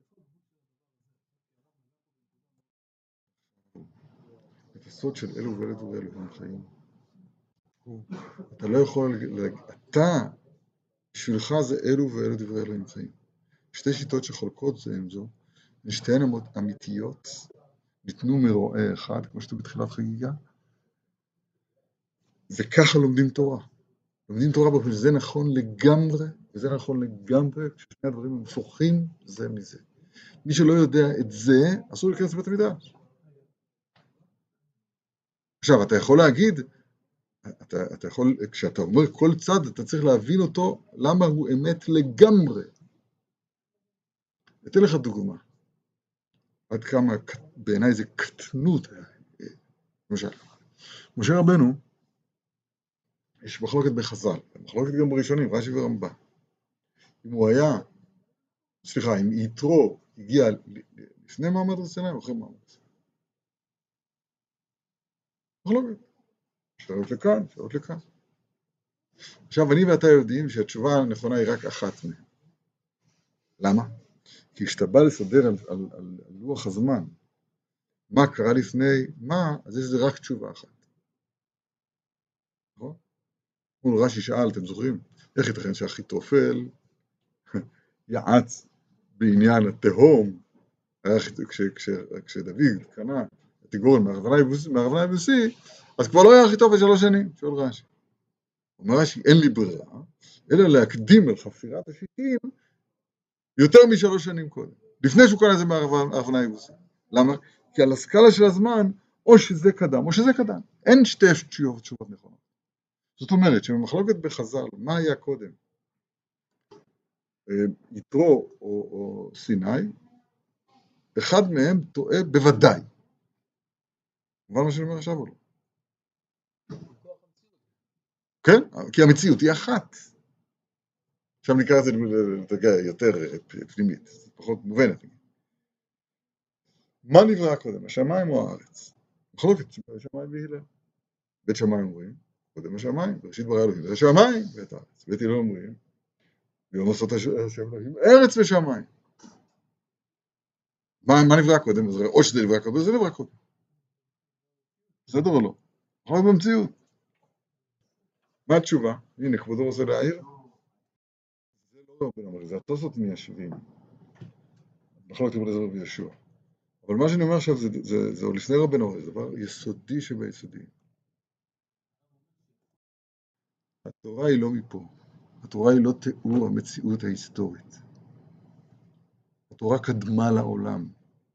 את הסוד של אלו ואלה דברי אלוהים חיים. אתה לא יכול, אתה, בשבילך זה אלו ואלה דברי אלוהים חיים. שתי שיטות שחולקות זה עם זו, ושתיהן אמיתיות, ניתנו מרועה אחד, כמו שאתה בתחילת חגיגה, וככה לומדים תורה. לומדים תורה באופן שזה נכון לגמרי, וזה נכון לגמרי, כששני הדברים הם הפוכים זה מזה. מי שלא יודע את זה, אסור להיכנס לבית המדרש. עכשיו, אתה יכול להגיד, אתה, אתה יכול, כשאתה אומר כל צד, אתה צריך להבין אותו, למה הוא אמת לגמרי. אתן לך דוגמה. עד כמה בעיניי זה קטנות. למשל, משה רבנו, יש מחלוקת בחז"ל, מחלוקת גם בראשונים, רש"י ורמב"ן. אם הוא היה, סליחה, אם יתרו הגיע לפני מעמד הר סיני או אחרי מעמד הר סיני. מחלוקת. שאלות לכאן, שאלות לכאן. עכשיו, אני ואתה יודעים שהתשובה הנכונה היא רק אחת מהן. למה? כי כשאתה בא לסדר על, על, על, על לוח הזמן, מה קרה לפני מה, אז יש זה רק תשובה אחת. נכון? מול רש"י שאל, אתם זוכרים? איך ייתכן שאחיתופל יעץ בעניין התהום, כש, כש, כשדוד קנה את יגורן מארוונה יבוסי, אז כבר לא היה אחיתופל שלוש שנים, שואל רש"י. אומר רש"י, אין לי ברירה, אלא להקדים על חפירת השיטים, יותר משלוש שנים קודם, לפני שהוא קנה את זה מארוונה יבוסי. למה? כי על הסקאלה של הזמן, או שזה קדם, או שזה קדם. אין שתי תשובות, תשובות נכונות. זאת אומרת, שבמחלוקת בחז"ל, מה היה קודם? יתרו או, או סיני, אחד מהם טועה בוודאי. אבל מה שאני אומר עכשיו או לא? כן, כי המציאות היא אחת. עכשיו נקרא את זה יותר פנימית, פחות מובנת. מה נברא קודם, השמיים או הארץ? מחלוקת שמיים והלל. בית שמיים אומרים, קודם השמיים, בראשית ברא אלוהים, זה השמיים ואת הארץ. בית הלל אומרים, ביום עשות השם אלוהים, ארץ ושמיים. מה, מה נברא קודם? או שזה נברא קודם, או זה נברא קודם. בסדר או לא? מחלוקת במציאות. מה התשובה? הנה, כבודו רוצה להעיר? זה לא רבן אמרי, זה התוספות מיישבים. מחלוקת רבי אליעזר ורבי יהושע. אבל מה שאני אומר עכשיו זה, זה, זה עוד לפני רבן אמרי, זה דבר יסודי שביסודי. התורה היא לא מפה. התורה היא לא תיאור המציאות ההיסטורית. התורה קדמה לעולם.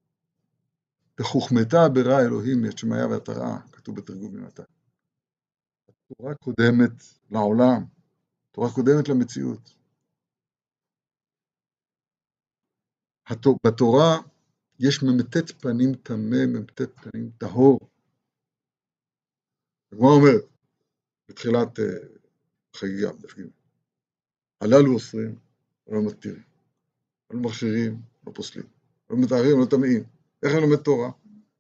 בחוכמתה ברא אלוהים את שמיה ואת הרעה, כתוב בתרגום מנתן. התורה קודמת לעולם. התורה קודמת למציאות. בתורה יש ממתת פנים תמה, ממתת פנים טהור. הגמרא אומרת, בתחילת חגיגה, דפקים, הללו אוסרים, לא מתירים, לא מכשירים, לא פוסלים, לא מתארים, לא טמאים. איך אני לומד תורה?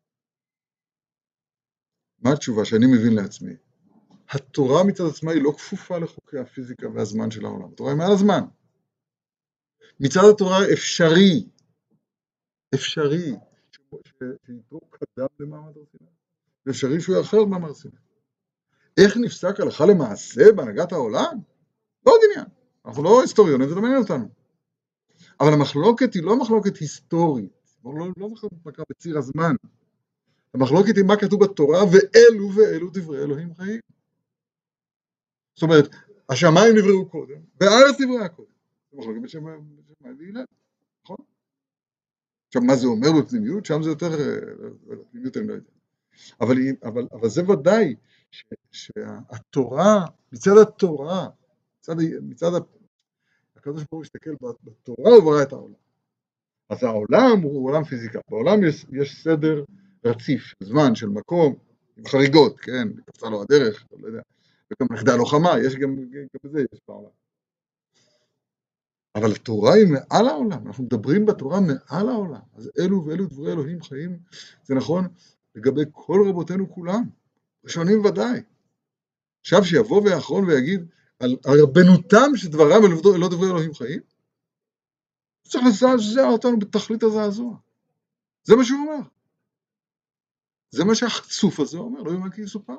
מה התשובה שאני מבין לעצמי? התורה מצד עצמה היא לא כפופה לחוקי הפיזיקה והזמן של העולם. התורה היא מעל הזמן. מצד התורה אפשרי, אפשרי, שיתרו קדם למעמד הר סיני. אפשרי שהוא יאחר במעמד הר סיני. איך נפסק הלכה למעשה בהנהגת העולם? לא עוד עניין. אנחנו לא היסטוריונים, זה לא מעניין אותנו. אבל המחלוקת היא לא מחלוקת היסטורית. לא, לא, לא מחלוקת בציר הזמן. המחלוקת היא מה כתוב בתורה, ואלו ואלו דברי אלוהים חיים. זאת אומרת, השמיים נבראו קודם, והארץ נבראה קודם. זה מחלוקת בשמיים והלל, נכון? עכשיו, מה זה אומר בפנימיות? שם זה יותר, בפנימיות אני לא יודע. אבל, אבל, אבל זה ודאי ש, שהתורה, מצד התורה, מצד, מצד הקדוש ברוך הוא הסתכל בתורה הוא ברא את העולם. אז העולם הוא עולם פיזיקה, בעולם יש, יש סדר רציף, של זמן, של מקום, עם חריגות, כן, קפצה לו הדרך, לא יודע, וגם נחדה לוחמה, יש גם, גם בזה יש בעולם. אבל התורה היא מעל העולם, אנחנו מדברים בתורה מעל העולם, אז אלו ואלו דברי אלוהים חיים, זה נכון לגבי כל רבותינו כולם, ראשונים ודאי. עכשיו שיבוא ויאחרון ויגיד על רבנותם שדברם לא דברי אלוהים חיים, צריך לזעזע אותנו בתכלית הזעזוע. זה מה שהוא אומר. זה מה שהחצוף הזה אומר, לא יאומן כי יסופר.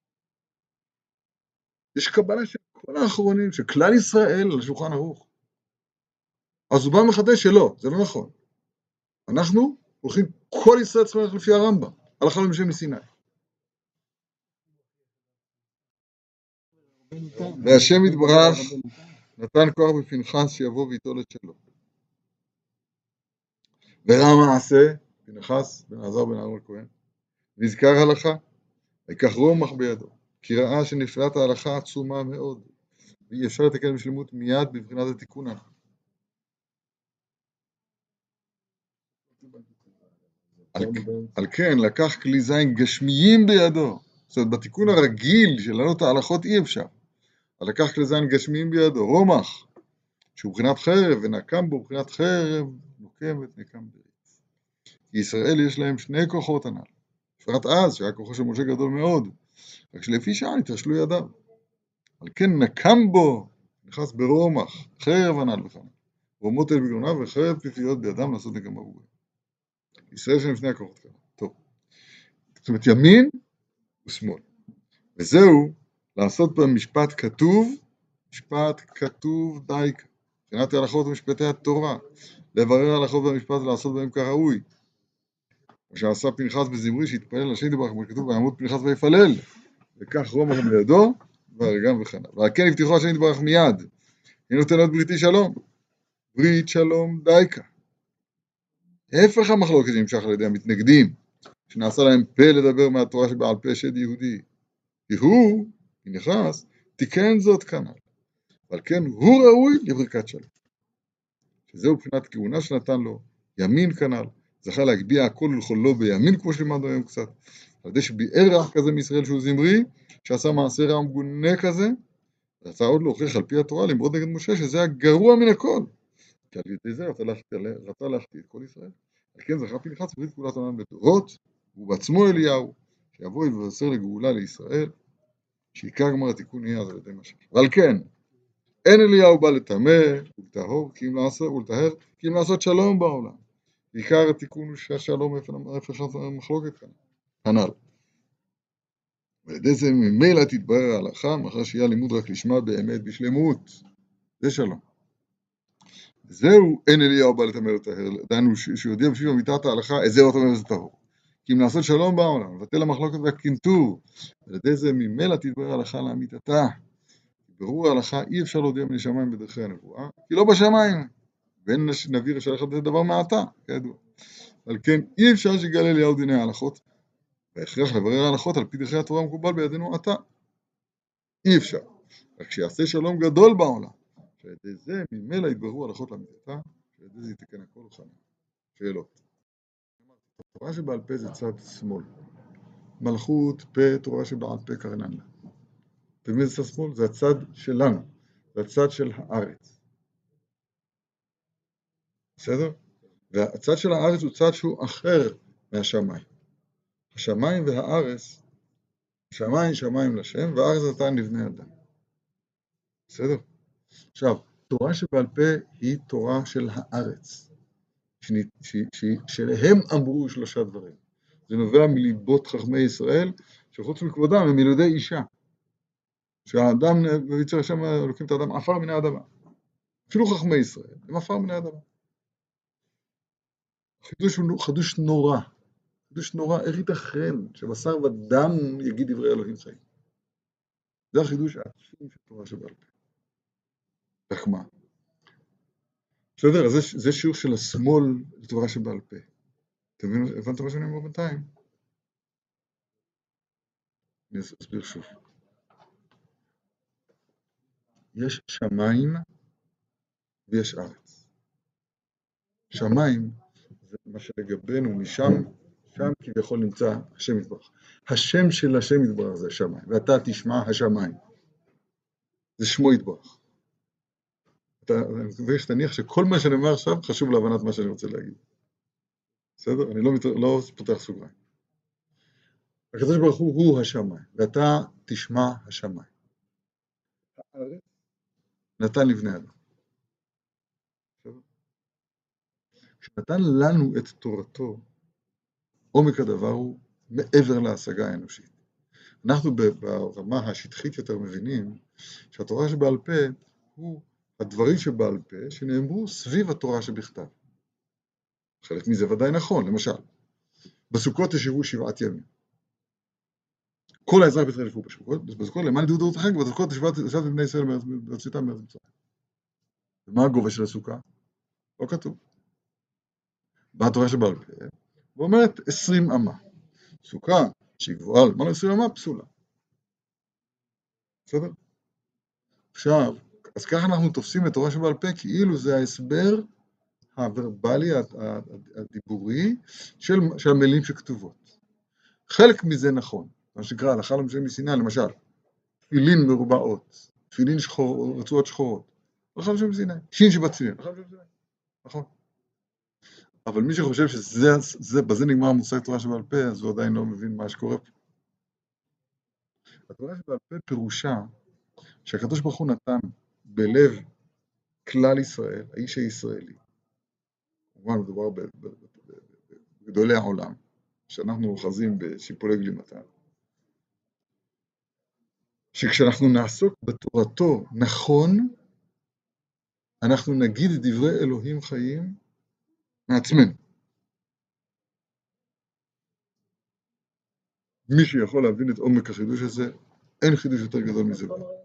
יש קבלה של כל האחרונים, של כלל ישראל על השולחן ערוך. אז הוא בא מחדש שלא, זה לא נכון. אנחנו הולכים, כל ישראל צריכים ללכת לפי הרמב"ם, הלכה למשה מסיני. והשם יתברך נתן כוח בפנחס שיבוא ויטול את שלו. וראה מעשה, פנחס בן עזר בן אהרון הכהן, והזכר הלכה, ויקח רומח בידו, כי ראה שנפלת ההלכה עצומה מאוד, ואי אפשר לתקן בשלמות מיד בבחינת התיקון. על, על כן לקח כלי זין גשמיים בידו, זאת אומרת בתיקון הרגיל של לעלות ההלכות אי אפשר, אבל לקח כלי זין גשמיים בידו, רומח, שהוא בחינת חרב, ונקם בו בחינת חרב, נוקם ונקם בריץ. כי ישראל יש להם שני כוחות הנ"ל, בפרט אז שהיה כוחו של משה גדול מאוד, רק שלפי שעה נתרשלו ידיו. על כן נקם בו, נכנס ברומח, חרב הנ"ל וכאן, רומות אל בגרוניו וחרב פיפיות בידם לעשות נקמה בו. ישראל יש להם שני הכוחות כאלה. טוב. זאת אומרת ימין ושמאל. וזהו לעשות במשפט כתוב, משפט כתוב דייקה. מבחינת ההלכות ומשפטי התורה, לברר ההלכות והמשפט ולעשות בהם כראוי. כמו שעשה פנחס בזמרי שהתפלל לשם יתברך, כמו שכתוב, ויעמוד פנחס ויפלל, וכך רומח בידו, והרגם וכן. ועל כן הבטיחו השם יתברך מיד, היא נותנת בריתי שלום, ברית שלום דייקה. הפך המחלוקת שנמשך על ידי המתנגדים, שנעשה להם פה לדבר מהתורה שבעל פה שד יהודי. כי הוא, פנחס, תיקן זאת כנ"ל. ועל כן הוא ראוי לברכת שלום. שזהו מבחינת כהונה שנתן לו, ימין כנ"ל, זכה להגביע הכל ולכלו בימין כמו שלימדנו היום קצת. על ידי שביער רע כזה מישראל שהוא זמרי, שעשה מעשה רע מגונה כזה, רצה עוד להוכיח על פי התורה למרוד נגד משה שזה הגרוע מן הכל. כי על ידי זה רצה להחטיא את כל ישראל. על כן זכה פנחס ברית כהונת עולם לדורות, והוא בעצמו אליהו, שיבוא ויבשר לגאולה לישראל, שעיקר גמר התיקון יהיה אז על ידי משה. ועל כן, אין אליהו בא לטמא ולטהור, כי אם לעשות, ולטהר, כי אם לעשות שלום בעולם. עיקר התיקון הוא שהשלום איפה שהמחלוקת כאן, הנ"ל. ועל ידי זה ממילא תתברר ההלכה, מאחר שיהיה לימוד רק לשמה באמת בשלמות. זה שלום. זהו אין אליהו בא לטמא ולטהר, דהיינו שיודיע בשביל אמיתת ההלכה, את זה לא טמא וזה טהור. כי אם לעשות שלום בעולם, לבטל המחלוקת והקנטור, ועל ידי זה ממילא תתברר ההלכה לאמיתתה. ברור ההלכה אי אפשר להודיע מן השמיים בדרכי הנבואה, כי לא בשמיים. ואין נביא רשאי לך זה דבר מעתה, כידוע. על כן אי אפשר שיגלה אליהו דיני ההלכות, והכרח לברר ההלכות על פי דרכי התורה המקובל בידינו עתה. אי אפשר. רק שיעשה שלום גדול בעולם, שעל ידי זה ממילא יתבררו ההלכות לאמיתתה, שעל ידי זה יתקן הכל וחנה. שאלות. תורה שבעל פה זה צד שמאל. מלכות פה, תורה שבעל פה קרנן לה. ומי זה צד שמאל? זה הצד שלנו, זה הצד של הארץ. בסדר? והצד של הארץ הוא צד שהוא אחר מהשמיים. השמיים והארץ, שמיים שמיים לשם, והארץ עתה לבני אדם. בסדר? עכשיו, תורה שבעל פה היא תורה של הארץ, ש... ש... ש... שלהם אמרו שלושה דברים. זה נובע מליבות חכמי ישראל, שחוץ מכבודם הם ילודי אישה. שהאדם, ויצר השם לוקחים את האדם עפר מן האדמה. אפילו חכמי ישראל, הם עפר מן האדמה. החידוש הוא חידוש נורא. חידוש נורא, איך ייתכן שבשר ודם יגיד דברי אלוהים חיים. זה החידוש העצום של תורה שבעל פה. רק מה? בסדר, אז זה, זה שיעור של השמאל לתורה שבעל פה. אתם מבינים, הבנת מה שאני אומר בינתיים? אני אסביר שוב. יש שמיים ויש ארץ. שמיים זה מה שלגבינו משם, שם כביכול נמצא השם יתברך. השם של השם יתברך זה השמיים, ואתה תשמע השמיים. זה שמו יתברך. אתה מקווה שתניח שכל מה שאני אומר עכשיו חשוב להבנת מה שאני רוצה להגיד. בסדר? אני לא, מת... לא פותח סוגריים. הקדוש ברוך הוא הוא השמיים, ואתה תשמע השמיים. הארץ נתן לבני אדם. כשנתן לנו את תורתו, עומק הדבר הוא מעבר להשגה האנושית. אנחנו ברמה השטחית יותר מבינים שהתורה שבעל פה הוא הדברים שבעל פה שנאמרו סביב התורה שבכתב. חלק מזה ודאי נכון, למשל, בסוכות תשבו שבעת ימים. כל האזרח בישראל ישבו בסוכות, בסוכות למען ידעו דורות החג, ובסוכות תשבת בבני ישראל בצאתם מארץ מצרים. ומה הגובה של הסוכה? לא כתוב. באה התורה שבעל פה, ואומרת עשרים אמה. סוכה שהיא גבוהה, למעלה עשרים אמה פסולה. בסדר? עכשיו, אז ככה אנחנו תופסים את תורה שבעל פה, כאילו זה ההסבר הוורבלי, הדיבורי, של, של המילים שכתובות. חלק מזה נכון, מה שנקרא, הלכה למשה מסיני, למשל, תפילין מרובעות, תפילין שחור, רצועות שחורות, הלכה למשה מסיני, שין שבתפילין, הלכה למשה מסיני, נכון. אבל מי שחושב שבזה נגמר המושג תורה שבעל פה, אז הוא עדיין לא מבין מה שקורה פה. התורה שבעל פה פירושה שהקדוש ברוך הוא נתן בלב כלל ישראל, האיש הישראלי, כמובן מדובר בגדולי העולם, שאנחנו אוחזים בשיפולי גלימתם, שכשאנחנו נעסוק בתורתו נכון, אנחנו נגיד דברי אלוהים חיים מעצמנו. מי שיכול להבין את עומק החידוש הזה, אין חידוש יותר גדול מזה.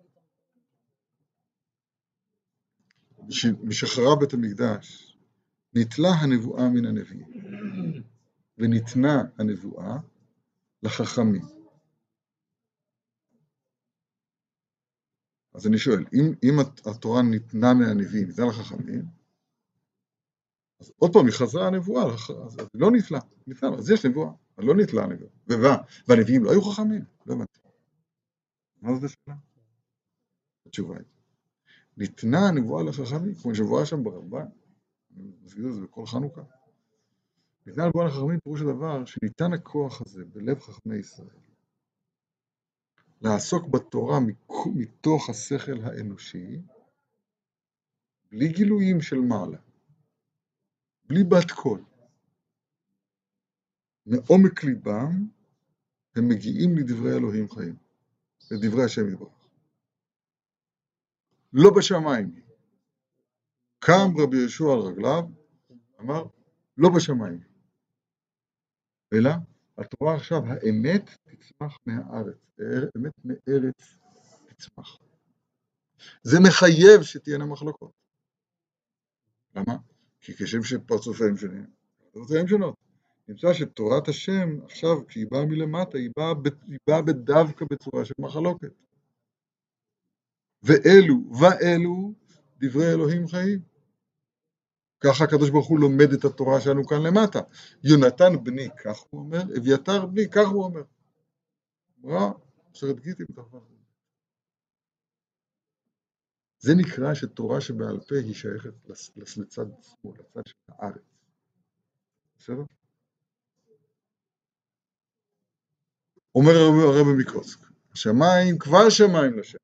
משחררה בית המקדש, נטלה הנבואה מן הנביאים, וניתנה הנבואה לחכמים. אז אני שואל, אם, אם התורה ניתנה מהנביאים, ניתנה לחכמים, אז עוד פעם, היא חזרה הנבואה, אז היא לא נטלה, נטלה, אז יש נבואה, אבל לא נטלה הנבואה. ובה, והנביאים לא היו חכמים, לא הבנתי. מה זאת השאלה? התשובה היא. ניתנה הנבואה לחכמים, כמו שבואה שם ברמב"ן, אני מסביר את זה בכל חנוכה. ניתנה הנבואה לחכמים, פירוש הדבר שניתן הכוח הזה בלב חכמי ישראל, לעסוק בתורה מתוך השכל האנושי, בלי גילויים של מעלה, בלי בת קול. מעומק ליבם הם מגיעים לדברי אלוהים חיים, לדברי השם יתברך. לא בשמיים. קם רבי ישוע על רגליו, אמר, לא בשמיים. אלא, התורה עכשיו, האמת תצמח מהארץ, האמת מארץ תצמח. זה מחייב שתהיינה מחלוקות. למה? כי כשם שפרצופיהם שונים, פרצופיהם שונות. נמצא שתורת השם, עכשיו, כשהיא באה מלמטה, היא באה, היא באה בדווקא בצורה של מחלוקת. ואלו, ואלו, דברי אלוהים חיים. ככה הקדוש ברוך הוא לומד את התורה שלנו כאן למטה. יונתן בני, כך הוא אומר, אביתר בני, כך הוא אומר. אמרה, שרת גיטי בתחווה. זה נקרא שתורה שבעל פה היא שייכת לצד שמאל, לצד של הארץ. בסדר? אומר הרב מקוצק, השמיים כבר שמיים לשם.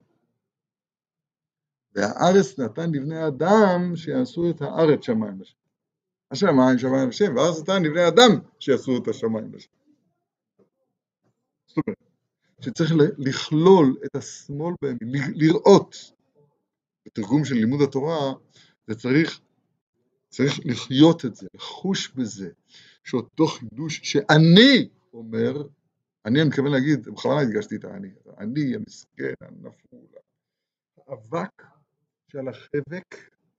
והארץ נתן לבני אדם שיעשו את הארץ שמיים לשם. השמיים שמיים לשם, והארץ נתן לבני אדם שיעשו את השמיים לשם. זאת אומרת, שצריך לכלול את השמאל בהם, לראות. בתרגום של לימוד התורה, זה צריך, צריך לחיות את זה, לחוש בזה, שאותו חידוש שאני אומר, אני מתכוון להגיד, בכוונה הדגשתי את האני, אני המסכן, הנפול, האבק של החבק,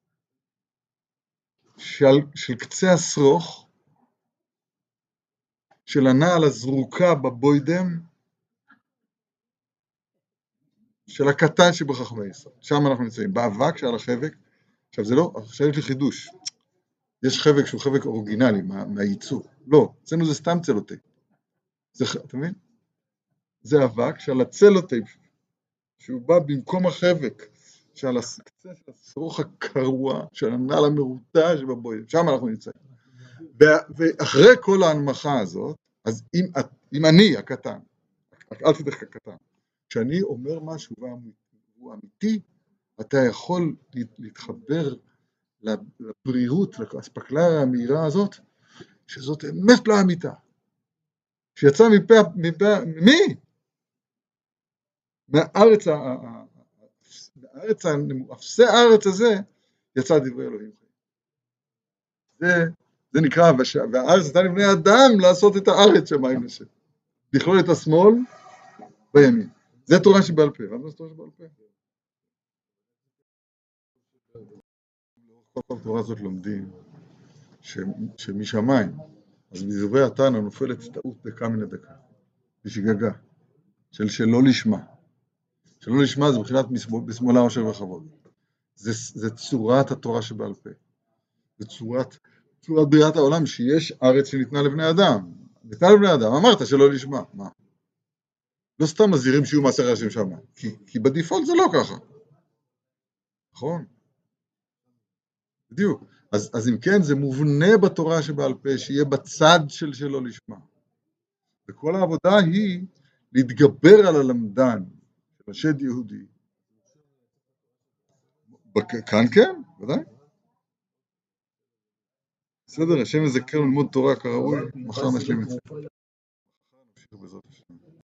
של, של קצה השרוך, של הנעל הזרוקה בבוידם, של הקטן שבחכמי ישראל. שם אנחנו נמצאים, באבק שעל החבק. עכשיו זה לא, עכשיו יש לי חידוש. יש חבק שהוא חבק אורגינלי, מה, מהייצור. לא, אצלנו זה סתם צלוטי. זה, אתה מבין? זה אבק שעל הצלוטי, שהוא בא במקום החבק, שעל הקצה של השרוך הקרוע, של הנעל המרוטה שבבויד. שם אנחנו נמצאים. ואחרי כל ההנמכה הזאת, אז אם, אם אני הקטן, אל תדרך הקטן, כשאני אומר משהו והוא אמיתי, אתה יכול להתחבר לבריאות, לאספקלריה המהירה הזאת, שזאת אמת לא אמיתה. שיצא מפה, מפה, מי? מהארץ, מהארץ, אפסי הארץ הזה, יצא דברי אלוהים. זה, זה נקרא, והארץ נתן לבני אדם לעשות את הארץ שמיים לשם. לכלול את השמאל בימין. זה תורה שבעל פה. מה זה תורה שבעל פה? כל התורה הזאת לומדים שמשמיים, אז בדברי התנא נופלת טעות דקה מן הדקה, בשגגה, של שלא לשמה. שלא לשמה זה מבחינת בשמאלה עושר וכבוד. זה, זה צורת התורה שבעל פה. זה צורת, צורת בריאת העולם שיש ארץ שניתנה לבני אדם. ניתנה לבני אדם, אמרת שלא לשמה. מה? לא סתם מזהירים שיהיו מעשר השם שם, כי, כי בדיפולט זה לא ככה. נכון? בדיוק. אז, אז אם כן, זה מובנה בתורה שבעל פה, שיהיה בצד של שלא לשמה. וכל העבודה היא להתגבר על הלמדן, של השד יהודי. כאן כן, ודאי. בסדר, השם יזכרנו ללמוד תורה כראוי, מחר נשלים את זה.